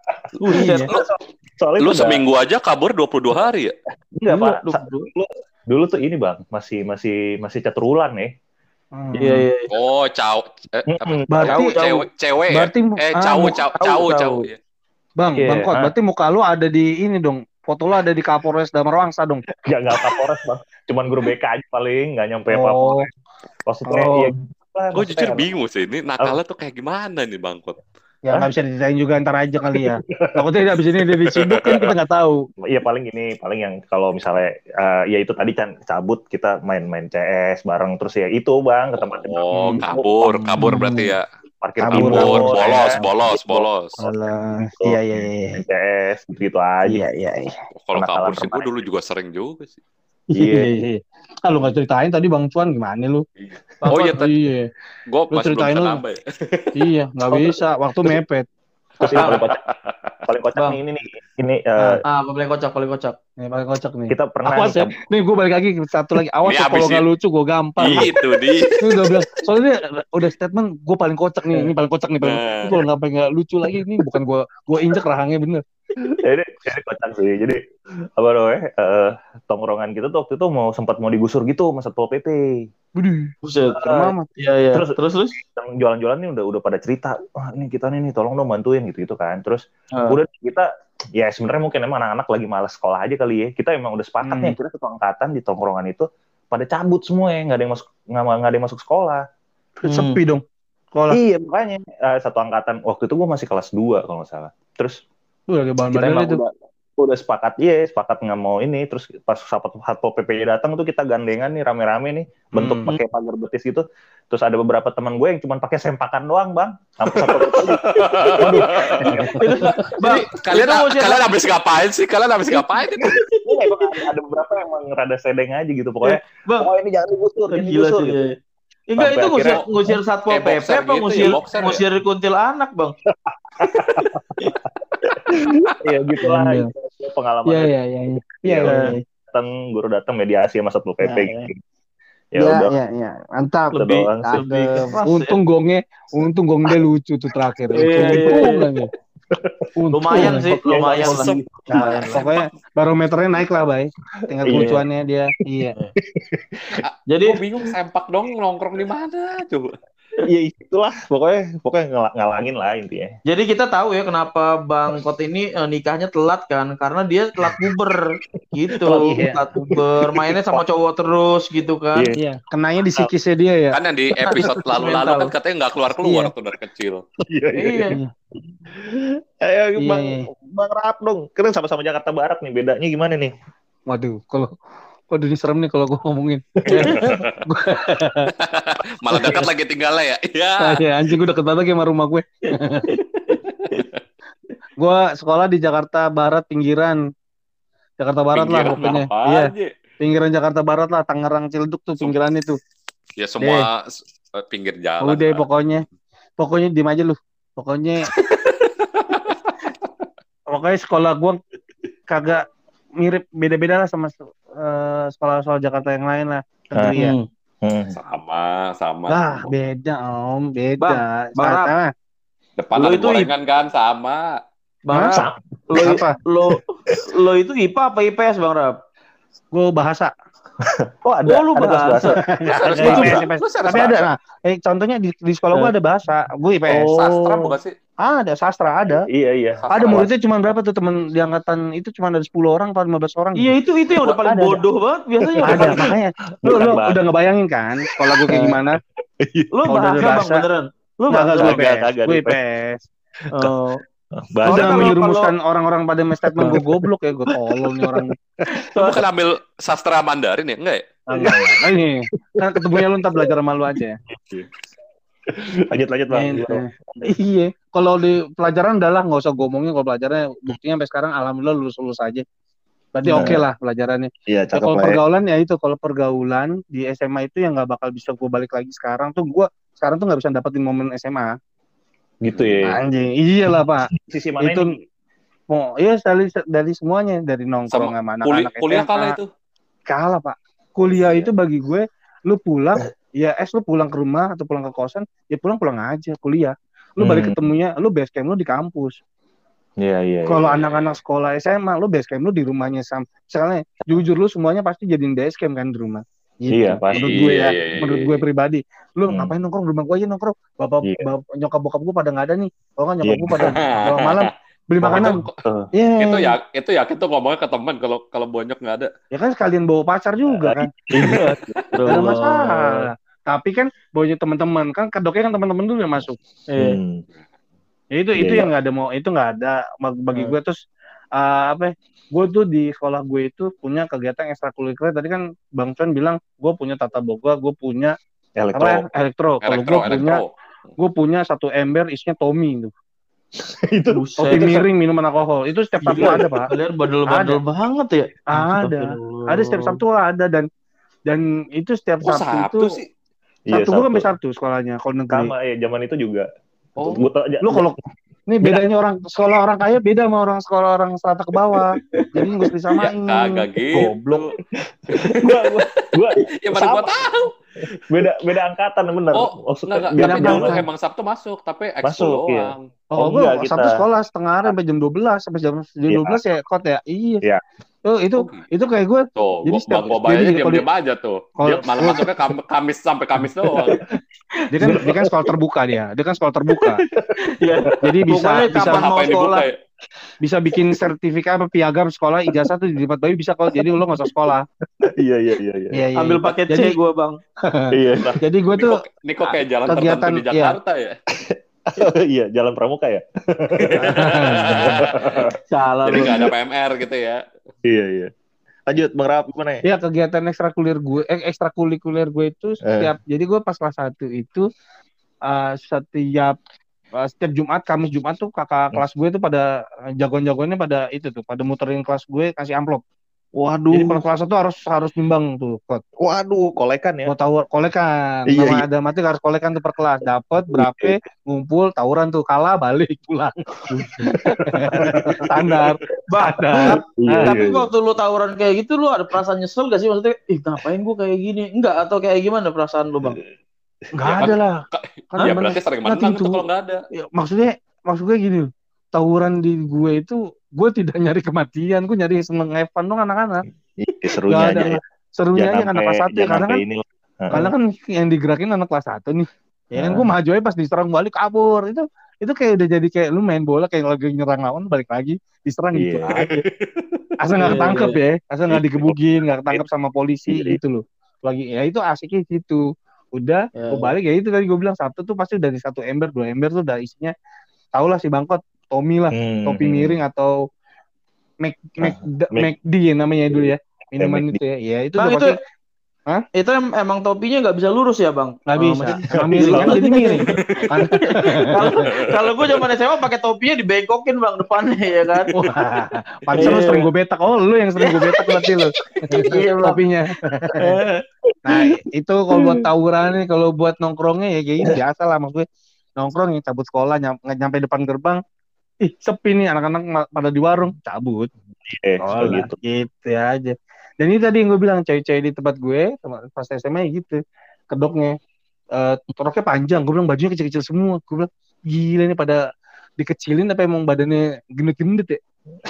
Buset. Lu, Soalnya lu itu nggak- seminggu aja kabur dua puluh dua hari ya? Enggak pak. Lu- Sa- Dulu, dulu tuh ini bang, masih masih masih caturulan ya. Hmm. Iya iya. Oh, caw, eh, apa? Mm-mm. Berarti Caw, cewek, cewek ya? berarti Eh, ah, caw, mu- caw, caw, caw, caw. caw. Iya. Bang, Iya, Bang Kot, ah. berarti muka lu ada di ini dong. Foto lu ada di Kapolres Damarwangsa dong. Nggak nggak Kapolres bang, cuman guru B K aja paling, nggak nyampe apa apa. Oh, Maksudnya Oh. iya. gitu lah, Gue maksudnya jujur apa- bingung sih, ini nakalnya tuh kayak gimana nih Bang Kot? ya nggak bisa diceritain juga, ntar aja kali ya. Takutnya abis ini dia diciduk kan kita nggak tahu. Iya paling ini paling yang kalau misalnya eh, ya itu tadi kan cabut kita main-main C S bareng terus ya itu bang ke tempat Oh, Hmm. kabur, kabur berarti ya. parkir Kabur, Kabur, kabur, bolos, ya. bolos, bolos. Alah, iya iya iya. Main C S gitu aja. Iya iya iya. Kalau Kenakalan kabur sih, gue remaja. dulu juga sering juga sih. Iya. Iya. Ah, lu nggak ceritain tadi Bang Cuan gimana lu? Oh iya, tadi Iya, gue Lu masih belum ceritain bisa lu. nambah ya. iya, nggak bisa. Waktu mepet. Terus ini paling kocak, paling kocak Bang. nih ini nih ini eh, Ah, paling kocak, paling kocak. Nih paling kocak nih. kita pernah Awas nih, ya. Nih gue balik lagi ke satu lagi. Awas Ini ya, abis kalau nggak ini. lucu gue gampar. Itu di. Ini udah bilang. Soalnya dia udah statement gue paling kocak nih. Ini paling kocak nih. Paling. Nah. Ini kalau nggak nggak lucu lagi ini bukan gue gue injek rahangnya bener. jadi jadi kocak sih. Jadi apa namanya eh, tongkrongan kita tuh waktu itu mau sempat mau digusur gitu sama Satpol P P. Waduh. Buset. Serem amat. Iya iya. Terus- Terus terus. Yang jualan-jualan nih udah udah pada cerita, wah ini kita nih, nih tolong dong bantuin gitu gitu kan. Terus Ah. udah kita ya sebenarnya mungkin emang anak-anak lagi malas sekolah aja kali ya. Kita emang udah sepakat Hmm. nih kita satu angkatan di tongkrongan itu pada cabut semua ya, nggak ada yang masuk nggak nggak ada yang masuk sekolah. Hmm. Sepi dong. Sekolah. Iya makanya eh, satu angkatan waktu itu gue masih kelas dua kalau nggak salah. Terus Lu lagi kita bahan-bahan emang itu. udah udah sepakat, iya sepakat nggak mau ini. Terus pas Satpol Satpol P P datang tuh kita gandengan nih rame-rame nih bentuk Hmm. pakai pagar betis gitu. Terus ada beberapa teman gue yang cuma pakai sempakan doang bang. Sampai Satpol P P Bang, Kalian itu musir- kalian habis ngapain sih? Kalian habis ngapain itu? Iya, emang ada, ada beberapa yang emang rada sedeng aja gitu pokoknya. Bang. Pokoknya ini jangan digusur, jangan Gila digusur sih. gitu. iya. Enggak, Sampai itu ngusir akhirnya- ngusir Satpol kayak P P boxer apa gitu ngusir ya, boxer ya? ngusir kuntilanak, Bang? Iya gitu lah. Iya. Itu pengalaman Iya iya iya. Iya iya. iya. datang guru datang mediasi sama Satpol P P. Iya, gitu. Iya Ya udah. iya iya. Mantap. Udah Lebih- doang sih. lebih Cakep. keras ya. Untung gongnya, untung gong dia lucu tuh terakhir. Iya, iya, Untung iya. aja. Untung. Lumayan sih, lumayan lah. Konsep. Nah, pokoknya barometernya naik lah, Bay. Tinggal Iya. kelucuannya dia. Iya. Jadi Gue bingung sempak dong nongkrong di mana coba. Iya itulah pokoknya pokoknya ngel- ngalangin lah intinya. jadi kita tahu ya kenapa Bang Kot ini eh, nikahnya telat kan, karena dia telat puber gitu, Iya. telat puber, mainnya sama cowok terus gitu kan. Iya. Iya. Kenanya di psikisnya dia ya. Kan yang di episode lalu-lalu kan Mental. katanya nggak keluar-keluar Iya. waktu dari kecil. Iya Iya. Ayo Iya, bang iya. bang Rap dong. Kan sama-sama Jakarta Barat nih bedanya gimana nih? Waduh, kalau waduh ini serem nih kalau gue ngomongin. Malah dekat lagi tinggalnya ya. Iya. Ya, anjing gue deket banget lagi sama rumah gue. Gue sekolah di Jakarta Barat pinggiran. Jakarta Barat lah Pinggiran pokoknya. apaan, Iya, Ji? pinggiran Jakarta Barat lah, Tangerang Ciledug tuh pinggirannya tuh. Ya semua eh, pinggir jalan. Udah lah. pokoknya. Pokoknya diem aja lu. Pokoknya Pokoknya sekolah gue kagak mirip, beda-beda lah sama eh, sekolah-sekolah Jakarta yang lain lah. Negeri ya. Hmm. Hmm. Sama, sama. Ah, beda om, beda. Bang, Bang Rap. Sama. Depan Lo ada itu gorengan kan sama. Bang Hah? Rap, lo, Apa? lo lo itu I P A apa I P S Bang Rap? Gue bahasa. Oh ada, Oh, lu ada kelas bahasa. Nggak Serius ada I P S, bahasa? I P S. Lu serius Tapi ada. bahasa? Nah, eh, contohnya di, di sekolah gue ada bahasa. Gue I P S. Oh. Sastra bukan sih? Ada sastra ada. Iya iya. Sastra. Ada muridnya cuma berapa tuh teman di angkatan itu cuma ada sepuluh orang atau lima belas orang. Iya itu itu yang udah paling Ada, ada. bodoh banget biasanya. Ada, Bang. makanya lu, Bukan lu bahasa. udah ngebayangin kan sekolah gue kayak gimana? Lo Oh, udah ada bahasa Bang bahasa. beneran. Lo Nggak, bahasa. nggak, gue I P Kagak, S. kagak, Gue di I P S. Oh. Lu Bahasa jangan kalau- menjerumuskan orang-orang pada statement gue goblok ya, gue tolol nih orang. Lu bukan ambil sastra Mandarin ya? Enggak ya? Enggak, enggak. Nah, ini kan ketemunya lu ntar belajar sama lu aja. lanjut lanjut bang. Ente. Iya, kalau di pelajaran udah lah nggak usah gue omongin kalau pelajarannya buktinya sampai sekarang alhamdulillah lulus lulus aja. Berarti Nah. oke lah pelajarannya. Iya Ya, cakep kalau lah. Ya. pergaulan ya itu kalau pergaulan di S M A itu yang nggak bakal bisa gue balik lagi sekarang tuh gue sekarang tuh nggak bisa dapetin momen S M A. Gitu ya. Anjing, iyalah pak. Sisi mana Itu ini? mau iya dari dari semuanya dari nongkrong Sama sama Kuli- anak-anak kuliah S M A. kalah itu. Kalah pak. Kuliah itu bagi gue lu pulang ya es lu pulang ke rumah atau pulang ke kosan ya pulang pulang aja kuliah. Lu balik Hmm. ketemunya lu base camp lu di kampus. Iya iya. Kalau iya. anak-anak sekolah S M A lu base camp lu di rumahnya sam. Misalnya jujur lu semuanya pasti jadiin base camp kan di rumah. Gitu. Iya, pasti. Menurut gue ya, Iya, iya, iya, menurut iya. gue pribadi. Lu Hmm. ngapain nongkrong di rumah gue aja nongkrong. Bapak, Iya. bapak nyokap bokap gue pada nggak ada nih. Kalau kan nyokap Iya. gue pada pulang malam beli makanan. Eh, Iya. Itu ya, itu yakin tuh ngomongnya ke teman kalau kalau bonyok nggak ada. Ya kan sekalian bawa pacar juga kan. Iya. Gak ada masalah. Tapi kan bawanya teman-teman kan kedoknya kan teman-teman dulu yang masuk. Eh. Hmm. Ya itu Iya, itu iya. yang nggak ada mau itu nggak ada bagi Hmm. gue terus uh, apa? Ya, gue tuh di sekolah gue itu punya kegiatan ekstrakurikuler. Tadi kan Bang Con bilang gue punya tata boga, gue punya Elektro. apa? Ya? Elektro. Kalau Elektro, gue punya elektro. gue punya satu ember isinya Tommy itu. Itu Buset. Topi miring minuman alkohol. Itu setiap Sabtu Gila. ada pak. Kalian bandel-bandel banget ya? Ada. Ada setiap Sabtu ada dan dan itu setiap Oh, Sabtu, Sabtu itu sih. Iya, Sabtu gue Sabtu. sampai Sabtu sekolahnya kalau negeri. Sama ya zaman itu juga. Oh. Gua tau aja. Lu kalau ini bedanya orang sekolah orang kaya beda sama orang sekolah orang strata ke bawah. Jadi nggak usah Ya disamain. kagak gitu. Goblok. gua gua gua Ya mana gua sama. tahu. beda beda angkatan bener. Oh, Maksudnya enggak, enggak. beda Tapi angkatan. dulu emang Sabtu masuk, tapi ekskul Masuk, iya. doang. Oh, Oh, gue enggak, kita- Sabtu sekolah setengah hari sampai jam dua belas sampai jam jam Iya. dua belas ya kot ya. Iya. Iya. Oh, itu Oh, gitu. itu kayak gue Tuh, Jadi gua setiap- Bang Bobayanya jadi kalau diam-diam aja tuh. kalau- Dia malah masuknya kam- Kamis sampai Kamis doang. dia kan dia kan sekolah terbuka dia. Dia kan sekolah terbuka. Iya. Jadi bisa Pokoknya bisa kapan mau Apa yang dibuka sekolah? ya? bisa bikin sertifikat apa piagam sekolah ijazah tuh di tempat bayi bisa kok. Jadi lo nggak usah sekolah. iya iya iya iya. Iya, iya. Ambil paket C Jadi- gue bang. Iya. Jadi gue tuh Niko, Niko kayak jalan kegiatan- tertentu di iya. Jakarta ya. Iya, Jalan Pramuka ya. Salah Jadi lu. nggak ada P M R gitu ya. Iya iya. Lanjut Bang Rap gimana ya? ya kegiatan ekstrakurikuler gue eh, ekstrakurikuler gue itu setiap jadi gue pas kelas satu itu uh, setiap uh, setiap Jumat Kamis Jumat tuh kakak kelas gue tuh pada jagoan-jagoannya pada itu tuh pada muterin kelas gue kasih amplop. Waduh. Jadi kalau kelas satu harus harus nimbang tuh kot. Waduh, kolekan ya. Mau tahu kolekan. Iya, Nama iya. ada mati harus kolekan tuh per kelas. Dapat berapa ngumpul tawuran tuh kalah balik pulang. Standar. Standar. Iya, Tapi iya, iya. waktu lu tawuran kayak gitu lu ada perasaan nyesel gak sih maksudnya? Ih ngapain gue kayak gini? Enggak atau kayak gimana perasaan lu bang? Enggak Ya, ada kan- lah. Kan Ya mana- berarti sering nanti menang itu- tuh kalau nggak ada. ya, maksudnya maksudnya gini tawuran di gue itu gue tidak nyari kematian gue nyari seneng have fun dong anak-anak Iya, serunya Nggak aja ada ya. serunya aja Jangan anak kelas sampai- satu ya jangan karena kan sampai ini lah. Heeh. karena kan yang digerakin anak kelas satu nih ya kan Nah. gue maju aja pas diserang balik kabur itu itu kayak udah jadi kayak lu main bola kayak lagi nyerang lawan balik lagi diserang gitu Iya. aja asal nggak Iya, ketangkep ya asal nggak digebugin nggak ketangkep sama polisi Iya. gitu loh lagi ya itu asiknya gitu udah Iya. gue balik ya itu tadi gue bilang Sabtu tuh pasti dari satu ember dua ember tuh udah isinya tau lah si Bangkot Tommy lah Hmm, topi hmm. miring atau Mac Mac Mac- McD ya namanya dulu ya minuman McD. itu ya ya itu Bang udah itu pasti itu em- emang topinya nggak bisa lurus ya bang? nggak Oh, bisa maksudnya- emang miring kan jadi miring kan Kalau kalau gue zaman S M A pakai topinya dibengkokin bang depannya ya kan? wah pantesan lu Iya. sering gue betak oh lu yang sering gue betak berarti lu Iya, Bang. topinya nah itu kalau buat tawuran nih kalau buat nongkrongnya ya kayak gitu biasa lah maksudnya nongkrong yang cabut sekolah nyam, nggak nyampe depan gerbang ih sepi nih anak-anak ma- pada di warung cabut Eh, oh so lah, gitu. gitu aja dan ini tadi yang gue bilang cewek-cewek di tempat gue sama- pas S M A gitu kedoknya eh roknya panjang gue bilang bajunya kecil-kecil semua gue bilang gila ini pada dikecilin tapi emang badannya gendut-gendut ya.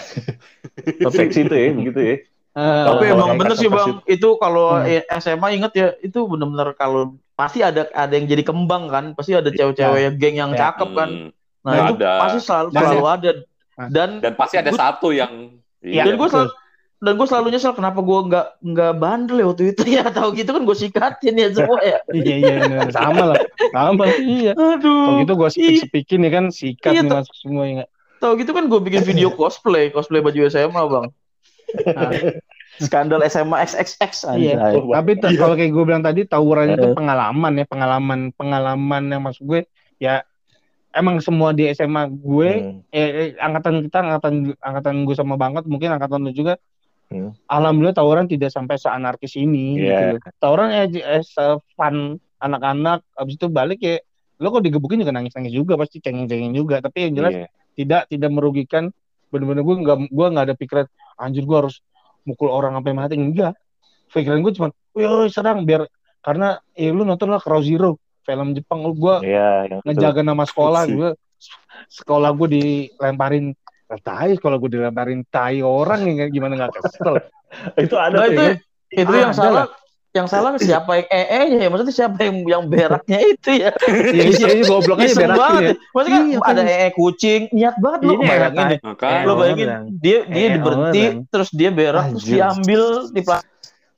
Seksi itu ya, begitu ya. Uh, Tapi Kalau emang orang bener sih kata bang, pasti- itu kalau Hmm. S M A inget ya, itu bener-bener kalau pasti ada ada yang jadi kembang kan, pasti ada cewek-cewek yang geng yang Ya. cakep kan. Hmm. Nah Dan- itu ada. pasti selalu Dan- selalu ada. Nah. Dan Dan pasti ada Gua- satu yang Iya, dan gue betul. selalu dan gue selalu nyesel kenapa gue nggak nggak bandel ya waktu itu ya, tahu gitu kan gue sikatin ya semua ya. Iya iya bener. Sama lah, sama iya. Kalau Aduh. gitu gue speak-speakin ya kan, sikat Iya, nih tuh. masuk semua ya nggak? Tahu gitu kan gue bikin video cosplay, cosplay baju S M A bang. Nah, Skandal S M A X X X Iya. anjay. Tapi t- Iya. kalau kayak gue bilang tadi, tawuran itu Eh. pengalaman ya, pengalaman pengalaman yang maksud gue ya emang semua di S M A gue, Hmm. eh, eh, angkatan kita, angkatan angkatan gue sama Bangkot, mungkin angkatan lu juga. Hmm. Alhamdulillah tawuran tidak sampai seanarkis ini. Iya. Gitu loh. Tawuran ya as fun anak-anak, abis itu balik ya, lo kok digebukin juga nangis-nangis juga, pasti cengeng-cengeng juga. Tapi yang jelas Iya. tidak tidak merugikan. Bener-bener gue nggak gue nggak ada pikiran anjir gue harus mukul orang sampai mati, enggak. Pikiran gue cuma, wih serang biar karena eh lu nonton lah Crow Zero film Jepang, lu gue Iya, yang itu. ngejaga nama sekolah Sih. gue, sekolah gue dilemparin tai, sekolah gue dilemparin tai orang yang gimana nggak kesel. Itu ada Nah, tuh itu ya. itu Ah, yang ada salah lah. yang salah siapa yang ee nya ya, maksudnya siapa yang yang beraknya itu ya. Iya iya iya goblok aja Iseng berakin banget ya. ya. Maksudnya Iya, ada kan. ee kucing, niat banget lu Iya, bayangin tai. deh. Makanya Lo bayangin orang. dia dia Eh, berhenti orang. terus dia berak terus Anjir. diambil di plastik.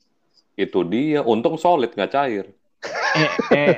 itu dia, untung solid nggak cair. Eh, eh,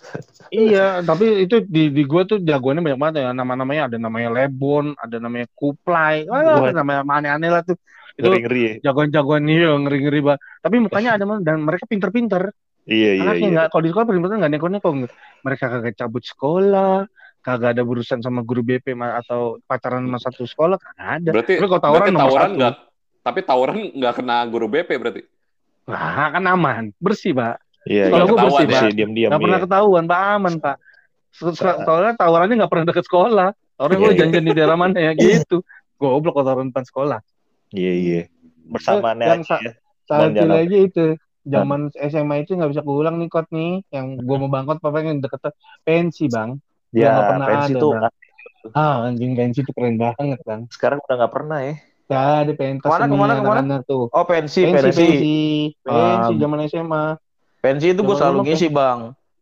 iya, tapi itu di di gue tuh jagoannya banyak banget ya. Nama-namanya ada namanya Lebon, ada namanya Kuplai, wah, Wah. namanya aneh-aneh lah tuh. Itu Ngeri-ngeri ya. jagoan-jagoan iya ngeri-ngeri banget. Tapi mukanya ada man- dan mereka pinter-pinter. Iya, iya, Anaknya iya. nggak, kalau di sekolah pinter-pinter nggak neko-neko. Mereka kagak cabut sekolah, kagak ada urusan sama guru B P ma- atau pacaran sama satu sekolah, kagak ada. Berarti, Tapi kalau tawuran berarti nomor tawuran satu. nggak, tapi tawuran nggak kena guru B P berarti. Nah, kan aman, bersih pak. Iya, Kalau iya. gua bersih, Bersih, Pak. diam-diam. Nggak pernah Iya. ketahuan, pak, aman pak. So- so- Soalnya tawarannya nggak pernah deket sekolah. Orang Iya, gue iya. janjian di daerah mana ya gitu. Goblok kalau tawaran depan sekolah. Iya, iya. Bersamaannya Yang aja sa- ya. Satu Jangan- lagi itu, zaman S M A itu nggak bisa keulang nih kot nih. Yang gue mau bangkot, papa yang deket pensi bang. Ya, nggak pernah pensi ada, tuh Bang. Ah anjing pensi itu keren banget bang. sekarang udah nggak pernah ya. Gak ada pentas Kemana, seni kemana, kemana? anak-anak tuh. Oh pensi, Pensi, pensi. pensi, pensi, Ah. zaman S M A. Pensi itu gue Zaman selalu lu, ngisi bang.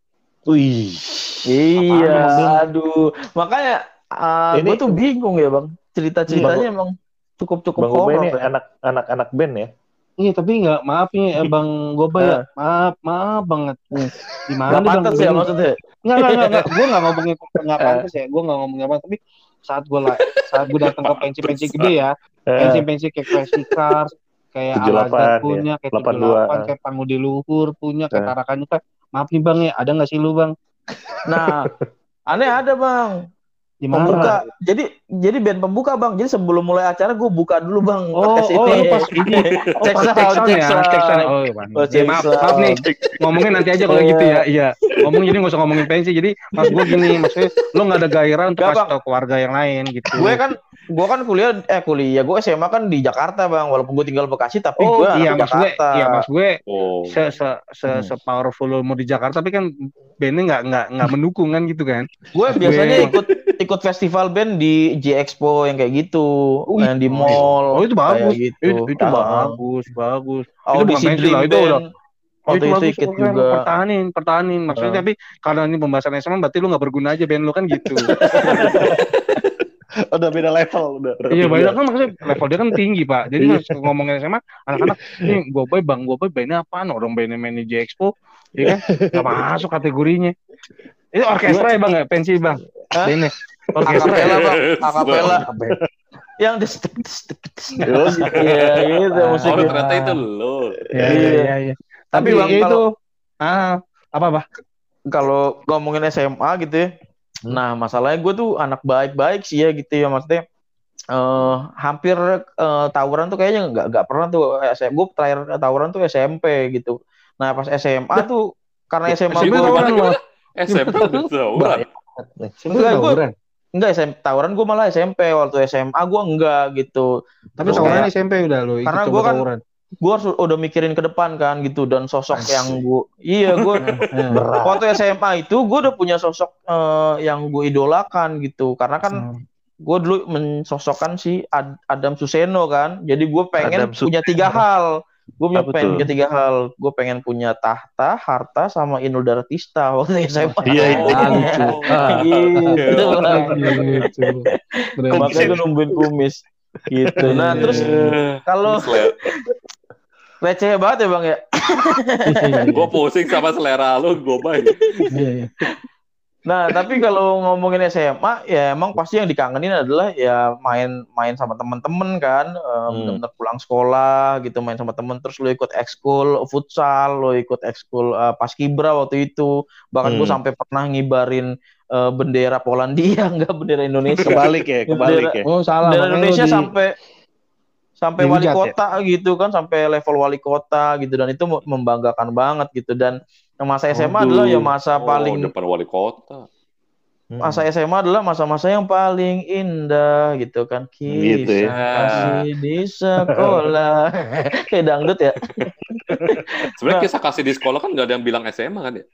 Wih. Iya, Apaan, Bang? aduh. Makanya uh, Ini- gue tuh bingung ya bang. Cerita-ceritanya Bang- emang cukup-cukup Bang Goba horor. ini ya. anak anak anak band ya. Iya tapi nggak, maaf nih eh, bang Goba ya, maaf maaf banget. Nih, Gimana Gak nih, pantas Bang? ya maksudnya. Nggak nggak nggak, nggak. Gue nggak ngomongin nggak pantas ya, gue nggak ngomongin apa. Tapi saat gue lah, saat gue datang ke pensi-pensi gede ya, pensi-pensi kayak Classic Cars, kayak tujuh puluh delapan, Al-Azhar punya, kayak delapan tujuh puluh dua, puluh delapan, kayak Pangudi Luhur punya, kayak Eh. Tarakan Yuka. Maaf nih bang ya, ada nggak sih lu bang? Nah, aneh ada bang. Gimana? Pembuka. Jadi jadi band pembuka bang. Jadi sebelum mulai acara gue buka dulu bang. Oh, podcast oh, ini. lu pas ini. Oh, Cek pas sound, cek sound cek ya, sound. cek sound. Oh, iya, Bang. Oh, Ya, cek maaf, sound. maaf nih. Ngomongin nanti aja kalau gitu ya. Iya. Ngomong jadi nggak usah ngomongin pensi. Jadi mas gue gini, maksudnya lo nggak ada gairah untuk Nggak, kasih Bang. tau keluarga yang lain gitu. Gue kan gue kan kuliah eh kuliah gue S M A kan di Jakarta bang. Walaupun gue tinggal Bekasi tapi Oh gue iya anak mas gue, Jakarta. iya mas gue Oh. se se se, Hmm. se powerful lo mau di Jakarta, tapi kan bandnya nggak nggak nggak mendukung kan gitu kan. Gue biasanya Gue- ikut ikut festival band di J Expo yang kayak gitu, Oh, yang di mall. Oh itu bagus, kayak gitu. itu, itu Ah. bagus, bagus. Itu bukan Audisi pensi Dream lah, itu udah. Band. Waktu itu itu bagus, ikut keren, juga. pertahanin, pertahanin. Maksudnya Ah. tapi karena ini pembahasan S M A, berarti lu nggak berguna aja band lu kan gitu. Udah beda level udah. udah Iya ketinggian. banyak kan, maksudnya level dia kan tinggi pak. Jadi Iya. pas ngomongin S M A, anak-anak nih gue boy bang gue boy bandnya apaan? Orang bandnya main di J Expo, ya kan? Gak masuk kategorinya. Itu orkestra ya bang, ya? Pensi bang. Hah? Bandnya orkestra ya. Akapela bang, akapela. Yang des des des des. Iya gitu Oh, musiknya. ternyata itu lo. Iya iya iya. iya. Tapi Tapi, Bang, itu kalau- ah apa apa? Kalau ngomongin S M A gitu ya, nah masalahnya gue tuh anak baik-baik sih ya gitu ya maksudnya. eh hampir eh, tawuran tuh kayaknya nggak nggak pernah tuh S M gue terakhir tawuran tuh S M P gitu. Nah pas S M A tuh karena S M A S M P gue gimana tawuran gimana? S M P udah tawuran. Enggak, gua- Tawuran. enggak S M P tawuran gue malah S M P waktu S M A gue enggak gitu. Tapi Terus tawuran kayak- S M P udah lo ikut Karena coba gua kan- tawuran. gue harus udah mikirin ke depan kan gitu, dan sosok Asik. yang gue iya gue waktu S M A itu gue udah punya sosok uh, yang gue idolakan gitu, karena kan hmm. gue dulu mensosokkan si Ad- Adam Suseno kan, jadi gue pengen Adam punya tiga hal. Gue punya pengen punya tiga hal. Gue pengen punya tahta, harta, sama Inul Daratista waktu S M A. Iya itu. Gitu. Makanya gue nungguin kumis. Gitu. Nah terus kalau receh banget ya bang ya. Gue pusing sama selera lu, gue banget. Nah, tapi kalau ngomongin S M A, ya emang pasti yang dikangenin adalah ya main-main sama temen-temen kan, hmm. benar-benar pulang sekolah gitu, main sama temen, terus lo ikut ekskul futsal, lo ikut ekskul uh, paskibra waktu itu, bahkan hmm. gue sampai pernah ngibarin uh, bendera Polandia, enggak bendera Indonesia. Kebalik ya, kebalik bendera, ya. Oh salah. Bendera Indonesia di... sampai sampai di wali kota ya? Gitu kan, sampai level wali kota gitu, dan itu membanggakan banget gitu. Dan masa S M A Aduh. adalah ya masa oh, paling depan wali kota. Masa S M A adalah masa-masa yang paling indah gitu kan. Kisah gitu ya. kasih di sekolah. Kayak dangdut ya. Sebenarnya nah, kisah kasih di sekolah kan nggak ada yang bilang S M A kan ya?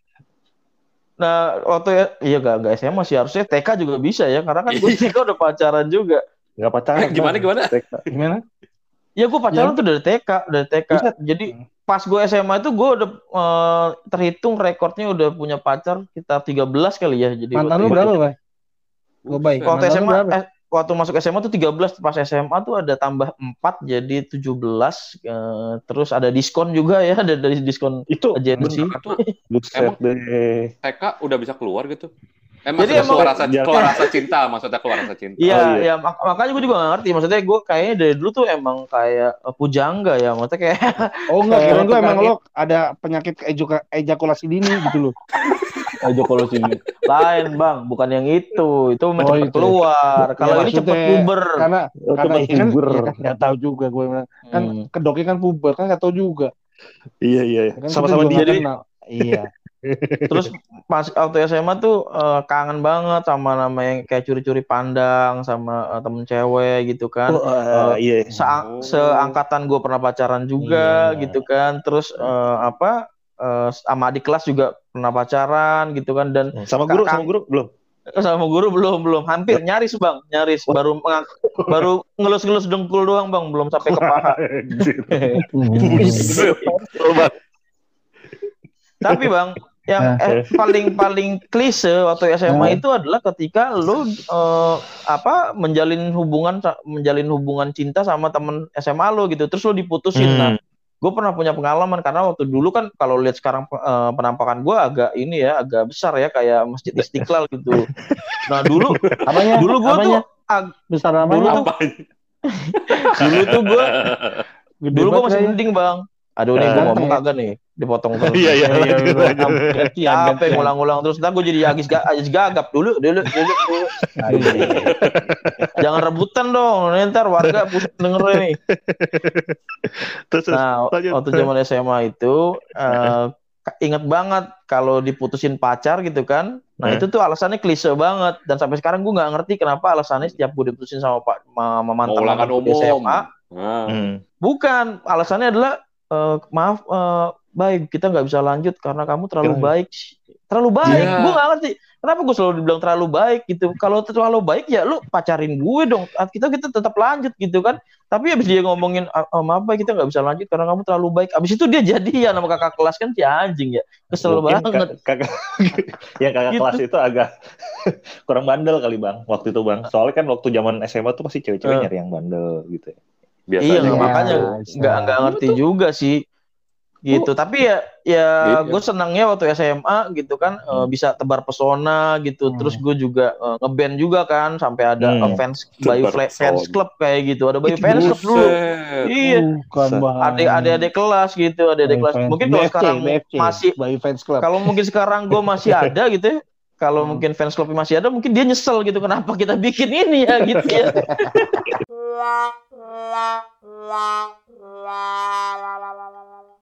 Nah, waktu ya, iya gak, gak S M A sih, harusnya T K juga bisa ya, karena kan gue T K udah pacaran juga. Gak pacaran. Gimana gimana? Gimana? Ya gue pacaran ya. tuh dari T K, dari T K. Bisa. Jadi pas gue S M A itu gue udah uh, terhitung rekornya udah punya pacar sekitar tiga belas kali ya. Jadi mantan lu berapa, Bay? Gue baik. Waktu S M A eh, waktu masuk S M A tuh tiga belas, pas S M A tuh ada tambah empat jadi tujuh belas, uh, terus ada diskon juga ya, ada dari diskon itu agensi. Emang T K udah bisa keluar gitu? Emang jadi emang keluar rasa, keluar rasa cinta, maksudnya keluar rasa cinta. Iya, oh, iya. ya mak- makanya gue juga gak ngerti. Maksudnya gue kayaknya dari dulu tuh emang kayak uh, pujangga ya, maksudnya kayak. Oh enggak, kira gue emang lo ada penyakit ejuka, ejakulasi dini gitu loh. Ejakulasi dini. Lain bang, bukan yang itu. Itu oh, cepat keluar. Kalau ya, ini cepat puber. Karena oh, karena kan, ya kan nggak tahu juga gue bilang. Kan hmm. kedoknya kan puber, kan nggak tahu juga. Iya iya. Kan sama-sama dia. Jadi, iya. Terus pas waktu S M A tuh uh, kangen banget sama nama yang kayak curi-curi pandang sama uh, temen cewek gitu kan. Oh, uh, uh, iya. Se- seangkatan gue pernah pacaran juga iya. gitu kan. Terus uh, apa uh, sama adik kelas juga pernah pacaran gitu kan. Dan sama guru sama guru belum? Sama guru belum belum hampir nyaris bang nyaris oh. baru mengak- baru ngelus-ngelus dengkul doang bang, belum sampai ke paha. Tapi bang, yang eh, paling paling klise waktu S M A itu adalah ketika lu uh, apa menjalin hubungan menjalin hubungan cinta sama temen S M A lu gitu, terus lu diputusin. Hmm. Nah, gue pernah punya pengalaman karena waktu dulu kan kalau lihat sekarang uh, penampakan gue agak ini ya, agak besar ya, kayak Masjid Istiqlal gitu. Nah dulu, apanya? Dulu gue tuh ag- besar namanya. Dulu tuh, dulu tuh gue, dulu gue masih mending bang. Aduh nih gue ngomong kagak nih, dipotong terus. Iya iya. Capek ngulang-ngulang terus, ntar gue jadi agis agis gagap dulu dulu dulu. dulu. Jangan rebutan dong, ntar warga pusing denger nih. Nah waktu zaman S M A itu uh, inget banget kalau diputusin pacar gitu kan. Nah itu tuh alasannya klise banget, dan sampai sekarang gue nggak ngerti kenapa alasannya setiap gue diputusin sama pak sama mantan S M A. Hmm. Bukan, alasannya adalah Uh, maaf, uh, baik kita nggak bisa lanjut karena kamu terlalu yeah. baik, terlalu baik. Yeah. Gue nggak ngerti kenapa gue selalu dibilang terlalu baik gitu. Kalau terlalu baik ya lu pacarin gue dong. Kita kita tetap lanjut gitu kan. Tapi abis dia ngomongin oh, maaf baik kita nggak bisa lanjut karena kamu terlalu baik. Abis itu dia jadian sama kakak kelas kan si anjing ya. Kesel mungkin banget. Kakak, yang kakak gitu. Kelas itu agak kurang bandel kali bang. Waktu itu bang. Soalnya kan waktu zaman S M A tuh pasti cewek-cewek uh. nyari yang bandel gitu. Biasanya. Iya ya, makanya nggak nggak ngerti juga sih gitu. Uh, tapi ya ya gitu. Gue senangnya waktu S M A gitu kan hmm. uh, bisa tebar pesona gitu. Hmm. Terus gue juga uh, ngeband juga kan sampai ada hmm. fans Bayu fans club kayak gitu. Ada Bayu fans club dulu. Iya. Adik adik kelas gitu, adik-adik kelas. Mungkin kalau sekarang B F C, masih Bayu fans club. Kalau mungkin sekarang gue masih ada gitu ya. Kalau hmm. mungkin fans club masih ada, mungkin dia nyesel gitu kenapa kita bikin ini ya gitu ya. La la la la la la la.